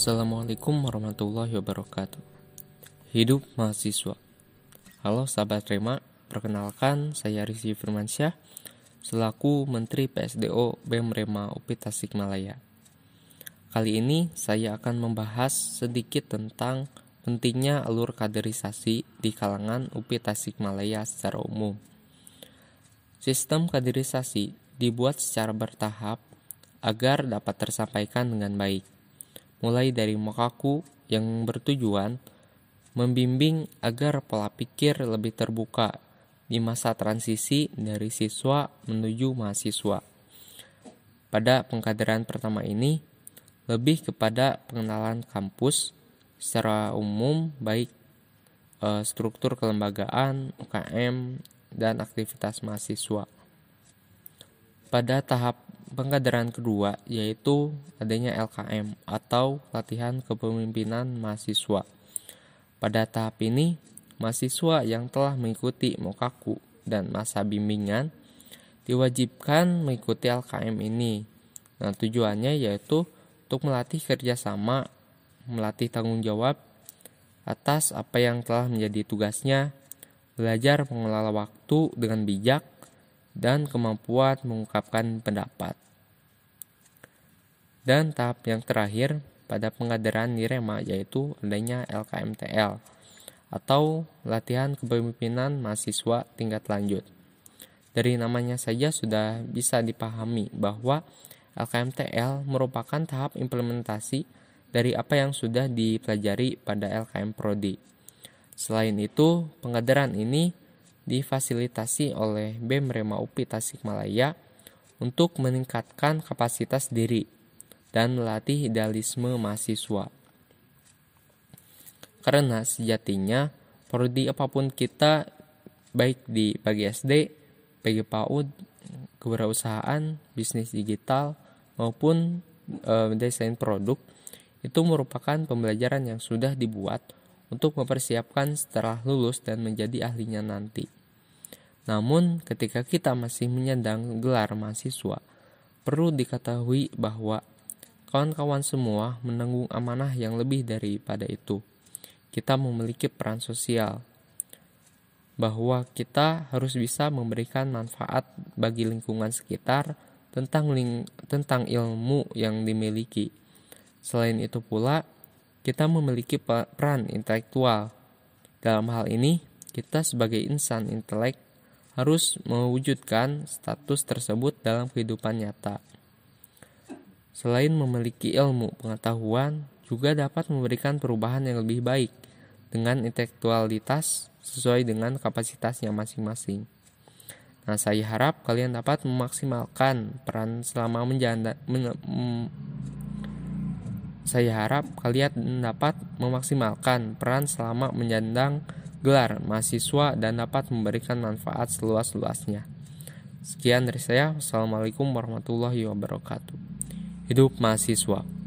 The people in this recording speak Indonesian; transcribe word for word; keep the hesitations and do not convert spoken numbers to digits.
Assalamualaikum warahmatullahi wabarakatuh. Hidup mahasiswa. Halo sahabat Rema, perkenalkan saya Rizky Firmansyah selaku Menteri P S D O B E M Rema U P I Tasikmalaya. Kali ini saya akan membahas sedikit tentang pentingnya alur kaderisasi di kalangan U P I Tasikmalaya secara umum. Sistem kaderisasi dibuat secara bertahap agar dapat tersampaikan dengan baik, mulai dari Mokaku yang bertujuan membimbing agar pola pikir lebih terbuka di masa transisi dari siswa menuju mahasiswa. Pada pengkaderan pertama ini, lebih kepada pengenalan kampus secara umum, baik e, struktur kelembagaan, U K M, dan aktivitas mahasiswa. Pada tahap pengkaderan kedua, yaitu adanya L K M atau latihan kepemimpinan mahasiswa. Pada tahap ini, mahasiswa yang telah mengikuti Mokaku dan masa bimbingan diwajibkan mengikuti L K M ini. Nah, tujuannya yaitu untuk melatih kerjasama, melatih tanggung jawab atas apa yang telah menjadi tugasnya, belajar mengelola waktu dengan bijak, dan kemampuan mengungkapkan pendapat. Dan tahap yang terakhir pada pengkaderan di Rema yaitu adanya L K M T L atau latihan kepemimpinan mahasiswa tingkat lanjut. Dari namanya saja sudah bisa dipahami bahwa L K M T L merupakan tahap implementasi dari apa yang sudah dipelajari pada L K M Prodi. Selain itu, pengkaderan ini difasilitasi oleh B E M Rema U P I Tasikmalaya untuk meningkatkan kapasitas diri dan melatih idealisme mahasiswa. Karena sejatinya prodi apapun kita, baik di pagi S D, pagi PAUD, kewirausahaan, bisnis digital, maupun e, desain produk, itu merupakan pembelajaran yang sudah dibuat untuk mempersiapkan setelah lulus dan menjadi ahlinya nanti. Namun, ketika kita masih menyandang gelar mahasiswa, perlu diketahui bahwa kawan-kawan semua menanggung amanah yang lebih daripada itu. Kita memiliki peran sosial, bahwa kita harus bisa memberikan manfaat bagi lingkungan sekitar tentang ling- tentang ilmu yang dimiliki. Selain itu pula, kita memiliki peran intelektual. Dalam hal ini, kita sebagai insan intelek harus mewujudkan status tersebut dalam kehidupan nyata. Selain memiliki ilmu pengetahuan, juga dapat memberikan perubahan yang lebih baik dengan intelektualitas sesuai dengan kapasitasnya masing-masing. Nah, saya harap kalian dapat memaksimalkan peran selama menjanda, men, mm, saya harap kalian dapat memaksimalkan peran selama menyandang gelar mahasiswa dan dapat memberikan manfaat seluas-luasnya. Sekian dari saya. Wassalamualaikum warahmatullahi wabarakatuh. Hidup mahasiswa.